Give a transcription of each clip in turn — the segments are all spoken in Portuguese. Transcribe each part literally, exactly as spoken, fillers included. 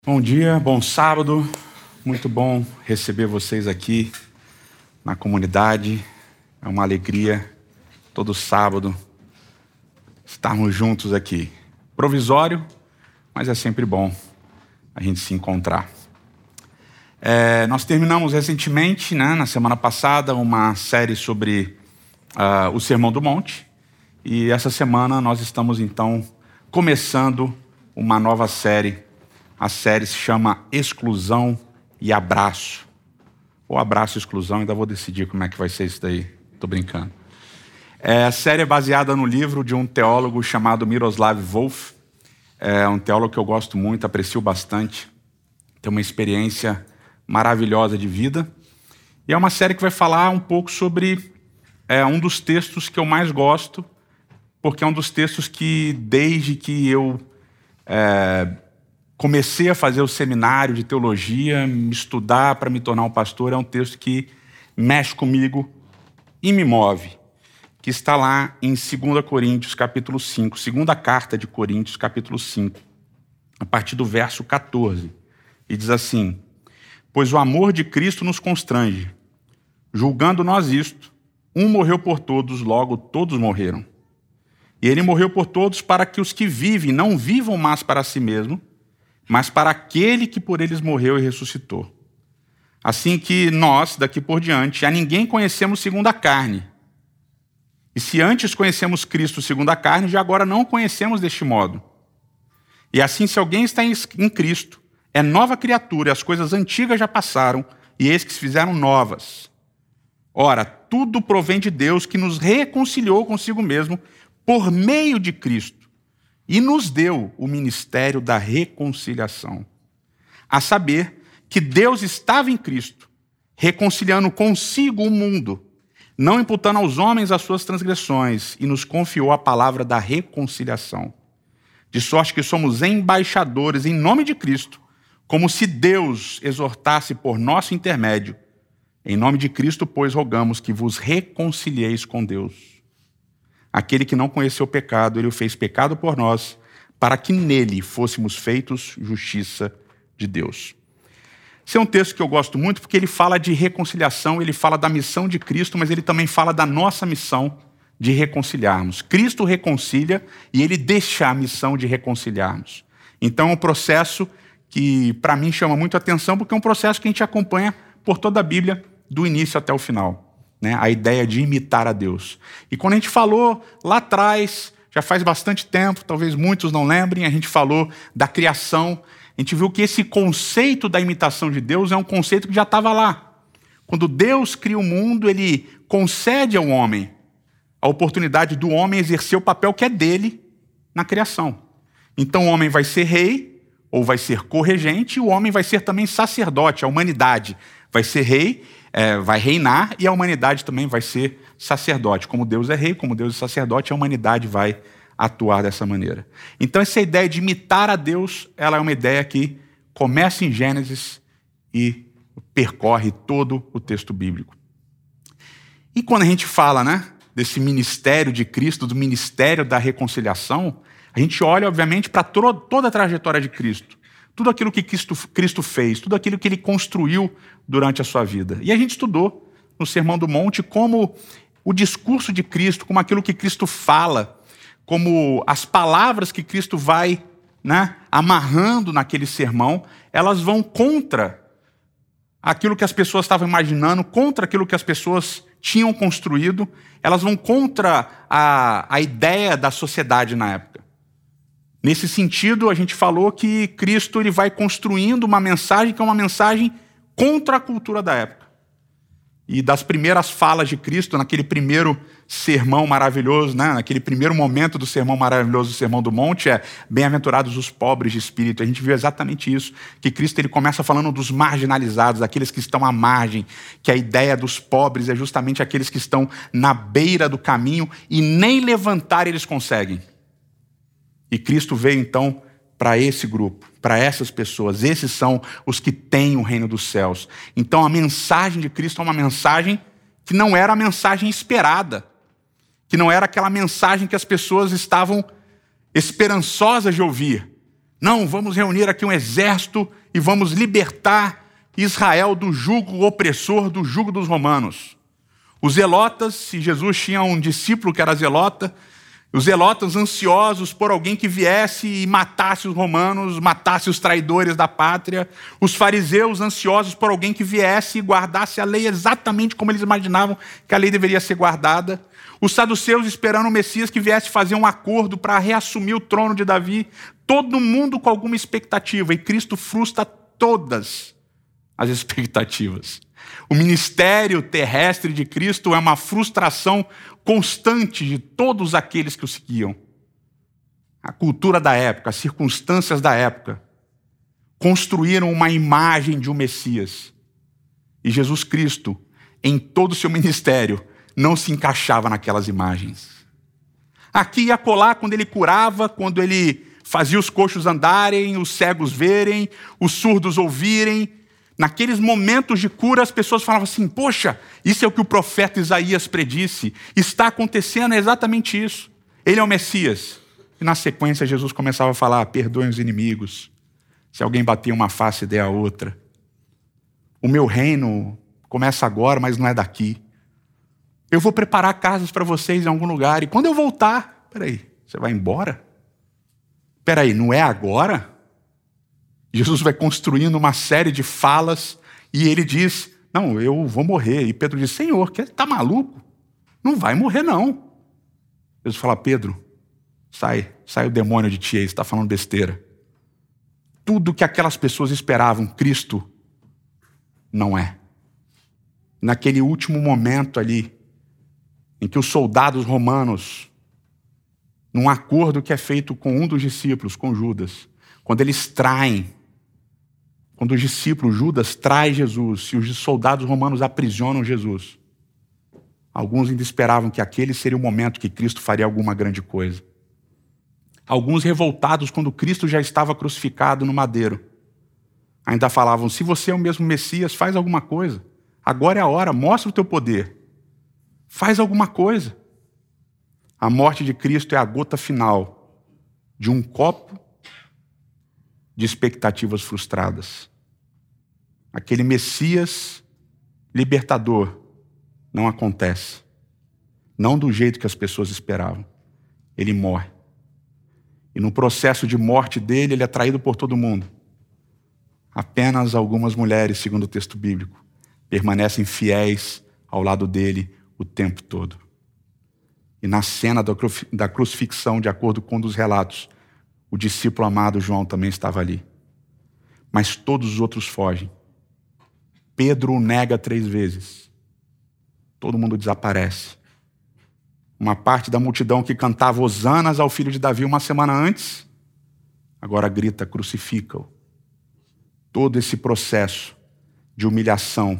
Bom dia, bom sábado, muito bom receber vocês aqui na comunidade. É uma alegria todo sábado estarmos juntos aqui. Provisório, mas é sempre bom a gente se encontrar. É, nós terminamos recentemente, né, na semana passada, uma série sobre uh, o Sermão do Monte, e essa semana nós estamos então começando uma nova série. A série se chama Exclusão e Abraço. Ou Abraço e Exclusão, ainda vou decidir como é que vai ser isso daí. Estou brincando. É, a série é baseada no livro de um teólogo chamado Miroslav Volf. É um teólogo que eu gosto muito, aprecio bastante. Tem uma experiência maravilhosa de vida. E é uma série que vai falar um pouco sobre é, um dos textos que eu mais gosto, porque é um dos textos que, desde que eu... É, comecei a fazer o seminário de teologia, me estudar para me tornar um pastor, é um texto que mexe comigo e me move, que está lá em segunda Coríntios, capítulo cinco, segunda carta de Coríntios, capítulo cinco, a partir do verso quatorze, e diz assim: pois o amor de Cristo nos constrange, julgando nós isto, um morreu por todos, logo todos morreram. E ele morreu por todos para que os que vivem não vivam mais para si mesmos, mas para aquele que por eles morreu e ressuscitou. Assim que nós, daqui por diante, a ninguém conhecemos segundo a carne. E se antes conhecemos Cristo segundo a carne, já agora não o conhecemos deste modo. E assim, se alguém está em Cristo, é nova criatura, e as coisas antigas já passaram, e eis que se fizeram novas. Ora, tudo provém de Deus, que nos reconciliou consigo mesmo por meio de Cristo, e nos deu o ministério da reconciliação. A saber, que Deus estava em Cristo, reconciliando consigo o mundo, não imputando aos homens as suas transgressões, e nos confiou a palavra da reconciliação. De sorte que somos embaixadores em nome de Cristo, como se Deus exortasse por nosso intermédio. Em nome de Cristo, pois, rogamos que vos reconcilieis com Deus. Aquele que não conheceu o pecado, ele o fez pecado por nós, para que nele fôssemos feitos justiça de Deus. Esse é um texto que eu gosto muito, porque ele fala de reconciliação, ele fala da missão de Cristo, mas ele também fala da nossa missão de reconciliarmos. Cristo reconcilia e ele deixa a missão de reconciliarmos. Então é um processo que, para mim, chama muito a atenção, porque é um processo que a gente acompanha por toda a Bíblia, do início até o final. Né, a ideia de imitar a Deus. E quando a gente falou lá atrás, já faz bastante tempo, talvez muitos não lembrem, a gente falou da criação, a gente viu que esse conceito da imitação de Deus é um conceito que já estava lá. Quando Deus cria o mundo, ele concede ao homem a oportunidade do homem exercer o papel que é dele na criação. Então o homem vai ser rei, ou vai ser corregente, e o homem vai ser também sacerdote, a humanidade vai ser rei, É, vai reinar, e a humanidade também vai ser sacerdote. Como Deus é rei, como Deus é sacerdote, a humanidade vai atuar dessa maneira. Então essa ideia de imitar a Deus, ela é uma ideia que começa em Gênesis e percorre todo o texto bíblico. E quando a gente fala, né, desse ministério de Cristo, do ministério da reconciliação, a gente olha, obviamente, para toda a trajetória de Cristo. Tudo aquilo que Cristo, Cristo fez, tudo aquilo que ele construiu durante a sua vida. E a gente estudou no Sermão do Monte como o discurso de Cristo, como aquilo que Cristo fala, como as palavras que Cristo vai, né, amarrando naquele sermão, elas vão contra aquilo que as pessoas estavam imaginando, contra aquilo que as pessoas tinham construído, elas vão contra a, a ideia da sociedade na época. Nesse sentido, a gente falou que Cristo ele vai construindo uma mensagem que é uma mensagem contra a cultura da época. E das primeiras falas de Cristo, naquele primeiro sermão maravilhoso, né? naquele primeiro momento do sermão maravilhoso do Sermão do Monte, é bem-aventurados os pobres de espírito. A gente viu exatamente isso, que Cristo ele começa falando dos marginalizados, daqueles que estão à margem, que a ideia dos pobres é justamente aqueles que estão na beira do caminho e nem levantar eles conseguem. E Cristo veio, então, para esse grupo, para essas pessoas. Esses são os que têm o reino dos céus. Então, a mensagem de Cristo é uma mensagem que não era a mensagem esperada, que não era aquela mensagem que as pessoas estavam esperançosas de ouvir. Não, vamos reunir aqui um exército e vamos libertar Israel do jugo opressor, do jugo dos romanos. Os zelotas, se Jesus tinha um discípulo que era zelota, os zelotas ansiosos por alguém que viesse e matasse os romanos, matasse os traidores da pátria. Os fariseus ansiosos por alguém que viesse e guardasse a lei exatamente como eles imaginavam que a lei deveria ser guardada. Os saduceus esperando o Messias que viesse fazer um acordo para reassumir o trono de Davi. Todo mundo com alguma expectativa. E Cristo frustra todas as expectativas. O ministério terrestre de Cristo é uma frustração constante de todos aqueles que o seguiam. A cultura da época, as circunstâncias da época, construíram uma imagem de um Messias. E Jesus Cristo, em todo o seu ministério, não se encaixava naquelas imagens. Aqui e acolá, quando ele curava, quando ele fazia os coxos andarem, os cegos verem, os surdos ouvirem, naqueles momentos de cura, as pessoas falavam assim, poxa, isso é o que o profeta Isaías predisse, está acontecendo exatamente isso. Ele é o Messias. E na sequência, Jesus começava a falar, perdoem os inimigos, se alguém bater uma face, dê a outra. O meu reino começa agora, mas não é daqui. Eu vou preparar casas para vocês em algum lugar, e quando eu voltar, peraí, você vai embora? Peraí, não é agora? Jesus vai construindo uma série de falas e ele diz, não, eu vou morrer. E Pedro diz, Senhor, que está maluco? Não vai morrer, não. Jesus fala, Pedro, sai, sai o demônio de ti aí, você está falando besteira. Tudo que aquelas pessoas esperavam, Cristo não é. Naquele último momento ali, em que os soldados romanos, num acordo que é feito com um dos discípulos, com Judas, quando eles traem, quando os discípulos, Judas, trai Jesus e os soldados romanos aprisionam Jesus, alguns ainda esperavam que aquele seria o momento que Cristo faria alguma grande coisa. Alguns revoltados quando Cristo já estava crucificado no madeiro, ainda falavam, se você é o mesmo Messias, faz alguma coisa. Agora é a hora, mostra o teu poder. Faz alguma coisa. A morte de Cristo é a gota final de um copo de expectativas frustradas. Aquele Messias libertador não acontece. Não do jeito que as pessoas esperavam. Ele morre. E no processo de morte dele, ele é traído por todo mundo. Apenas algumas mulheres, segundo o texto bíblico, permanecem fiéis ao lado dele o tempo todo. E na cena da crucifixão, de acordo com um dos relatos, o discípulo amado João também estava ali. Mas todos os outros fogem. Pedro o nega três vezes. Todo mundo desaparece. Uma parte da multidão que cantava hosanas ao filho de Davi uma semana antes, agora grita, crucifica-o. Todo esse processo de humilhação,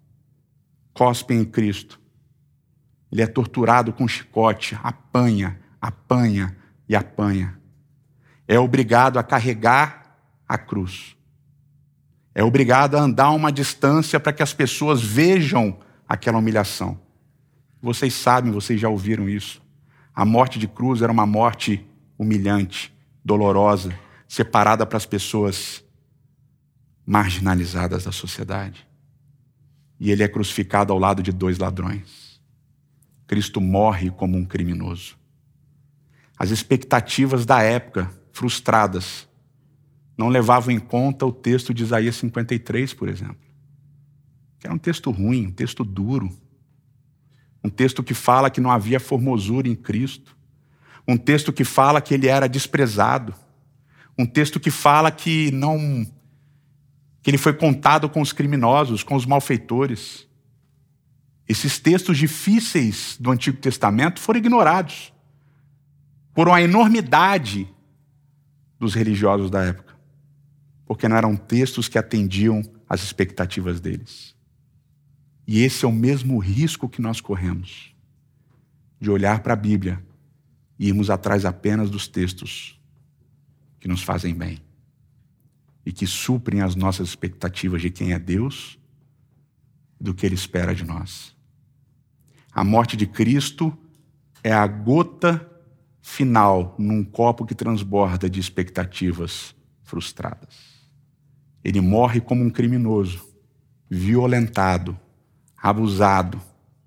cospem em Cristo. Ele é torturado com chicote, apanha, apanha e apanha. É obrigado a carregar a cruz. É obrigado a andar uma distância para que as pessoas vejam aquela humilhação. Vocês sabem, vocês já ouviram isso. A morte de cruz era uma morte humilhante, dolorosa, separada para as pessoas marginalizadas da sociedade. E ele é crucificado ao lado de dois ladrões. Cristo morre como um criminoso. As expectativas da época, frustradas, não levavam em conta o texto de Isaías cinquenta e três, por exemplo. Que era um texto ruim, um texto duro. Um texto que fala que não havia formosura em Cristo. Um texto que fala que ele era desprezado. Um texto que fala que não... que ele foi contado com os criminosos, com os malfeitores. Esses textos difíceis do Antigo Testamento foram ignorados por uma enormidade dos religiosos da época, porque não eram textos que atendiam às expectativas deles. E esse é o mesmo risco que nós corremos, de olhar para a Bíblia e irmos atrás apenas dos textos que nos fazem bem e que suprem as nossas expectativas de quem é Deus e do que Ele espera de nós. A morte de Cristo é a gota final num copo que transborda de expectativas frustradas. Ele morre como um criminoso, violentado, abusado.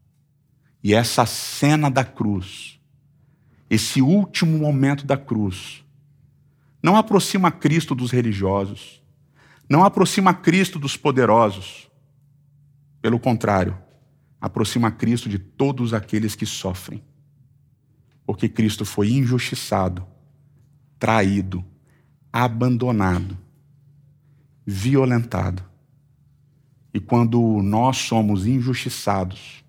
E essa cena da cruz, esse último momento da cruz, não aproxima Cristo dos religiosos, não aproxima Cristo dos poderosos. Pelo contrário, aproxima Cristo de todos aqueles que sofrem. Porque Cristo foi injustiçado, traído, abandonado, violentado. E quando nós somos injustiçados,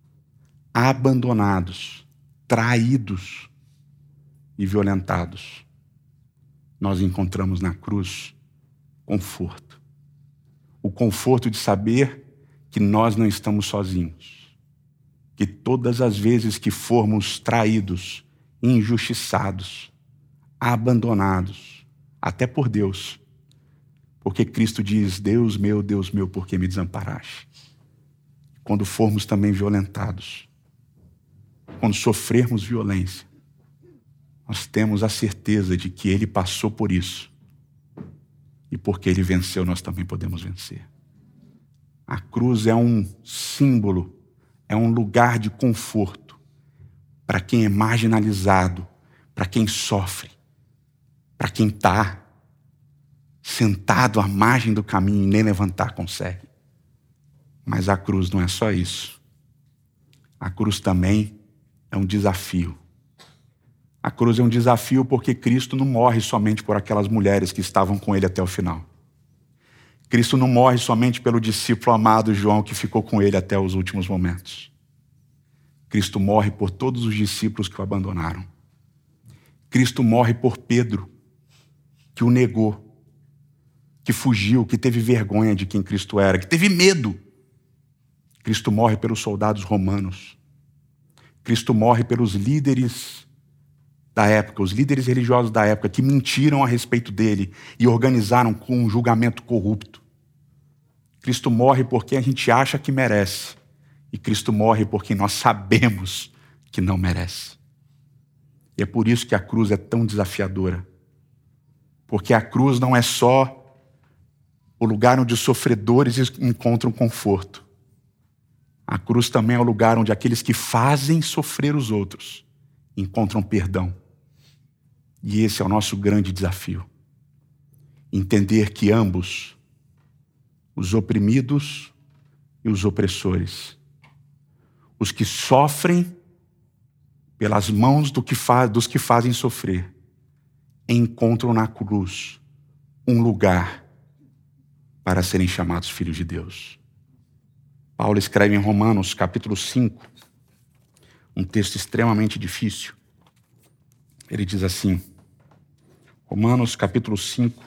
abandonados, traídos e violentados, nós encontramos na cruz conforto. O conforto de saber que nós não estamos sozinhos. Que todas as vezes que formos traídos, injustiçados, abandonados, até por Deus, porque Cristo diz, Deus meu, Deus meu, por que me desamparaste? Quando formos também violentados, quando sofrermos violência, nós temos a certeza de que Ele passou por isso. E porque Ele venceu, nós também podemos vencer. A cruz é um símbolo, é um lugar de conforto para quem é marginalizado, para quem sofre, para quem está sentado à margem do caminho e nem levantar consegue. Mas a cruz não é só isso. A cruz também é um desafio. A cruz é um desafio porque Cristo não morre somente por aquelas mulheres que estavam com ele até o final. Cristo não morre somente pelo discípulo amado João que ficou com ele até os últimos momentos. Cristo morre por todos os discípulos que o abandonaram. Cristo morre por Pedro, que o negou, que fugiu, que teve vergonha de quem Cristo era, que teve medo. Cristo morre pelos soldados romanos. Cristo morre pelos líderes da época, os líderes religiosos da época que mentiram a respeito dele e organizaram com um julgamento corrupto. Cristo morre porque a gente acha que merece e Cristo morre porque nós sabemos que não merece. E é por isso que a cruz é tão desafiadora. Porque a cruz não é só o lugar onde os sofredores encontram conforto. A cruz também é o lugar onde aqueles que fazem sofrer os outros encontram perdão. E esse é o nosso grande desafio. Entender que ambos, os oprimidos e os opressores, os que sofrem pelas mãos do que faz, dos que fazem sofrer, encontram na cruz um lugar para serem chamados filhos de Deus. Paulo escreve em Romanos, capítulo cinco, um texto extremamente difícil. Ele diz assim, Romanos, capítulo cinco,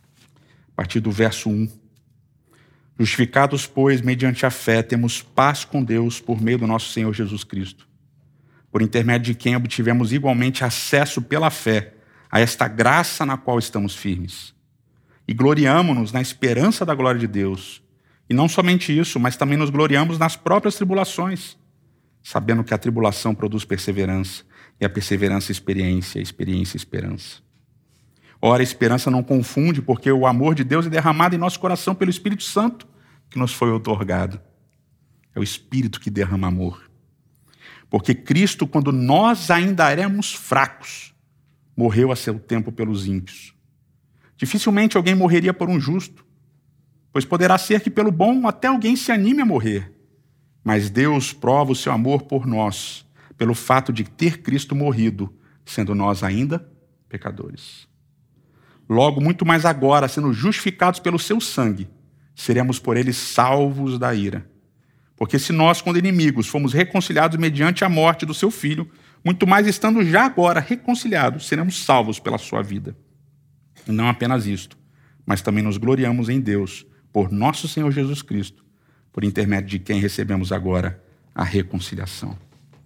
a partir do verso um. Justificados, pois, mediante a fé, temos paz com Deus por meio do nosso Senhor Jesus Cristo, por intermédio de quem obtivemos igualmente acesso pela fé a esta graça na qual estamos firmes. E gloriamo-nos na esperança da glória de Deus. E não somente isso, mas também nos gloriamos nas próprias tribulações, sabendo que a tribulação produz perseverança, e a perseverança experiência, a experiência esperança. Ora, a esperança não confunde, porque o amor de Deus é derramado em nosso coração pelo Espírito Santo, que nos foi outorgado. É o Espírito que derrama amor. Porque Cristo, quando nós ainda éramos fracos, morreu a seu tempo pelos ímpios. Dificilmente alguém morreria por um justo, pois poderá ser que pelo bom até alguém se anime a morrer. Mas Deus prova o seu amor por nós, pelo fato de ter Cristo morrido, sendo nós ainda pecadores. Logo, muito mais agora, sendo justificados pelo seu sangue, seremos por ele salvos da ira. Porque se nós, quando inimigos, fomos reconciliados mediante a morte do seu Filho, muito mais estando já agora reconciliados, seremos salvos pela sua vida. E não apenas isto, mas também nos gloriamos em Deus, por nosso Senhor Jesus Cristo, por intermédio de quem recebemos agora a reconciliação.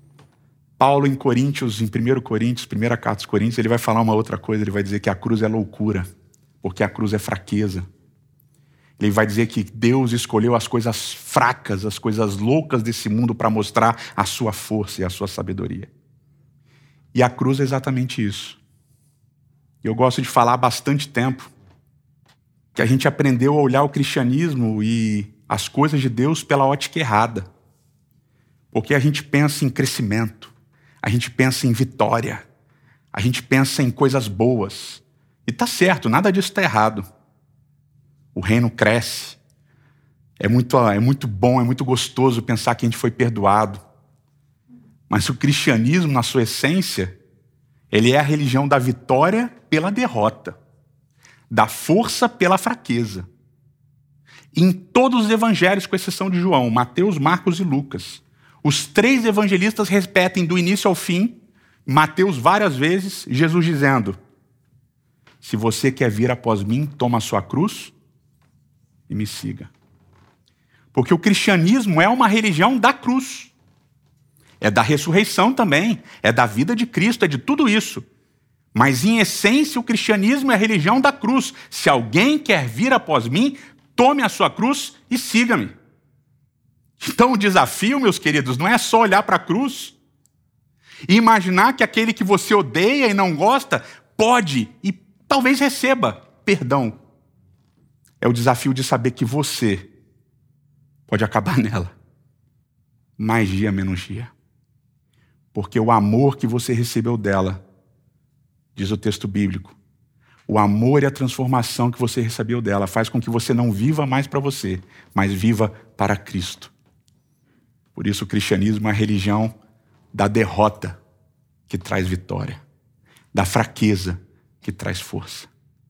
Paulo em Coríntios, em primeiro Coríntios, primeira carta aos Coríntios, ele vai falar uma outra coisa, ele vai dizer que a cruz é loucura, porque a cruz é fraqueza. Ele vai dizer que Deus escolheu as coisas fracas, as coisas loucas desse mundo para mostrar a sua força e a sua sabedoria. E a cruz é exatamente isso. Eu gosto de falar há bastante tempo que a gente aprendeu a olhar o cristianismo e as coisas de Deus pela ótica errada. Porque a gente pensa em crescimento, a gente pensa em vitória, a gente pensa em coisas boas. E tá certo, nada disso está errado. O reino cresce. É muito, é muito bom, é muito gostoso pensar que a gente foi perdoado. Mas o cristianismo, na sua essência, ele é a religião da vitória pela derrota, da força pela fraqueza. Em todos os evangelhos, com exceção de João, Mateus, Marcos e Lucas, os três evangelistas repetem do início ao fim, Mateus várias vezes, Jesus dizendo: se você quer vir após mim, toma a sua cruz e me siga. Porque o cristianismo é uma religião da cruz. É da ressurreição também, é da vida de Cristo, é de tudo isso. Mas, em essência, o cristianismo é a religião da cruz. Se alguém quer vir após mim, tome a sua cruz e siga-me. Então, o desafio, meus queridos, não é só olhar para a cruz e imaginar que aquele que você odeia e não gosta pode e talvez receba perdão. É o desafio de saber que você pode acabar nela. Mais dia, menos dia. Porque o amor que você recebeu dela, diz o texto bíblico, o amor e a transformação que você recebeu dela faz com que você não viva mais para você, mas viva para Cristo. Por isso o cristianismo é a religião da derrota que traz vitória, da fraqueza que traz força.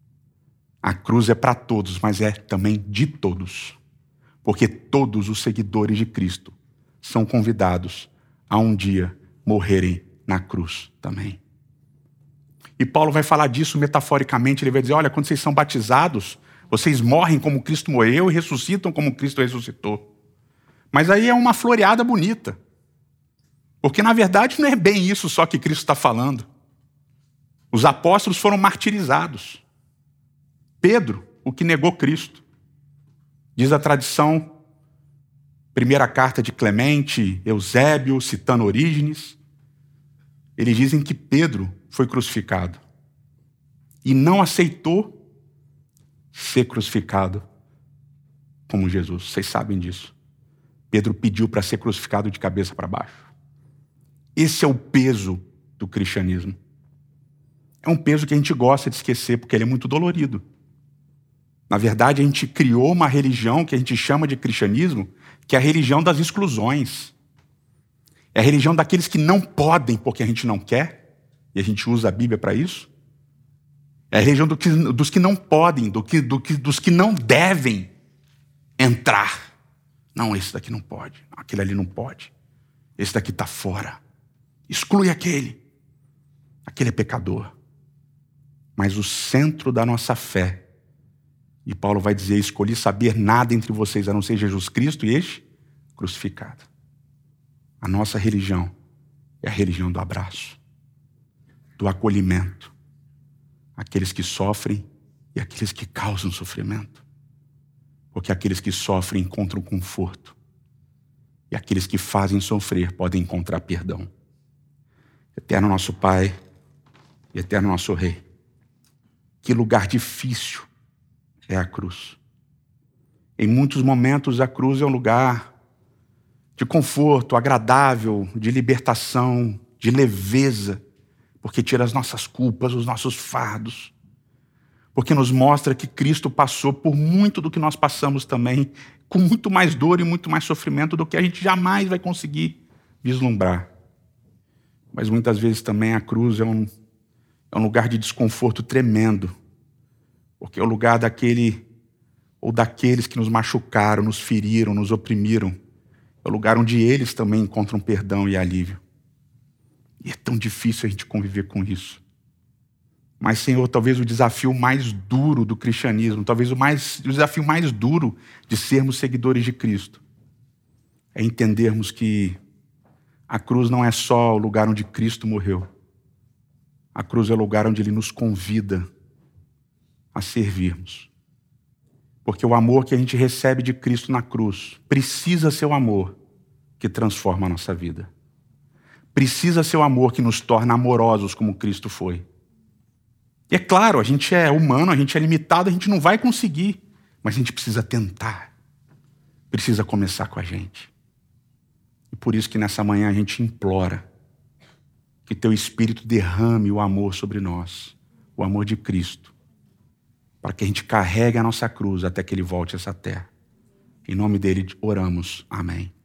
A cruz é para todos, mas é também de todos. Porque todos os seguidores de Cristo são convidados a um dia morrerem na cruz também. E Paulo vai falar disso metaforicamente, ele vai dizer, olha, quando vocês são batizados, vocês morrem como Cristo morreu e ressuscitam como Cristo ressuscitou. Mas aí é uma floreada bonita. Porque na verdade não é bem isso só que Cristo está falando. Os apóstolos foram martirizados. Pedro, o que negou Cristo. Diz a tradição, primeira carta de Clemente, Eusébio, citando Orígenes, eles dizem que Pedro foi crucificado e não aceitou ser crucificado como Jesus. Vocês sabem disso. Pedro pediu para ser crucificado de cabeça para baixo. Esse é o peso do cristianismo. É um peso que a gente gosta de esquecer porque ele é muito dolorido. Na verdade, a gente criou uma religião que a gente chama de cristianismo, que é a religião das exclusões. É a religião daqueles que não podem porque a gente não quer, e a gente usa a Bíblia para isso. É a religião do que, dos que não podem, do que, do que, dos que não devem entrar. Não, esse daqui não pode, aquele ali não pode. Esse daqui está fora. Exclui aquele. Aquele é pecador. Mas o centro da nossa fé, e Paulo vai dizer, escolhi saber nada entre vocês, a não ser Jesus Cristo e este crucificado. A nossa religião é a religião do abraço, do acolhimento. Aqueles que sofrem e aqueles que causam sofrimento. Porque aqueles que sofrem encontram conforto. E aqueles que fazem sofrer podem encontrar perdão. Eterno nosso Pai e eterno nosso Rei. Que lugar difícil é a cruz. Em muitos momentos a cruz é um lugar de conforto, agradável, de libertação, de leveza, porque tira as nossas culpas, os nossos fardos, porque nos mostra que Cristo passou por muito do que nós passamos também, com muito mais dor e muito mais sofrimento do que a gente jamais vai conseguir vislumbrar. Mas muitas vezes também a cruz é um, é um lugar de desconforto tremendo, porque é o lugar daquele ou daqueles que nos machucaram, nos feriram, nos oprimiram. É o lugar onde eles também encontram perdão e alívio. E é tão difícil a gente conviver com isso. Mas, Senhor, talvez o desafio mais duro do cristianismo, talvez o, mais, o desafio mais duro de sermos seguidores de Cristo, é entendermos que a cruz não é só o lugar onde Cristo morreu. A cruz é o lugar onde Ele nos convida a servirmos. Porque o amor que a gente recebe de Cristo na cruz precisa ser o amor que transforma a nossa vida. Precisa ser o amor que nos torna amorosos como Cristo foi. E é claro, a gente é humano, a gente é limitado, a gente não vai conseguir. Mas a gente precisa tentar. Precisa começar com a gente. E por isso que nessa manhã a gente implora que teu Espírito derrame o amor sobre nós, o amor de Cristo, para que a gente carregue a nossa cruz até que Ele volte a essa terra. Em nome dele oramos. Amém.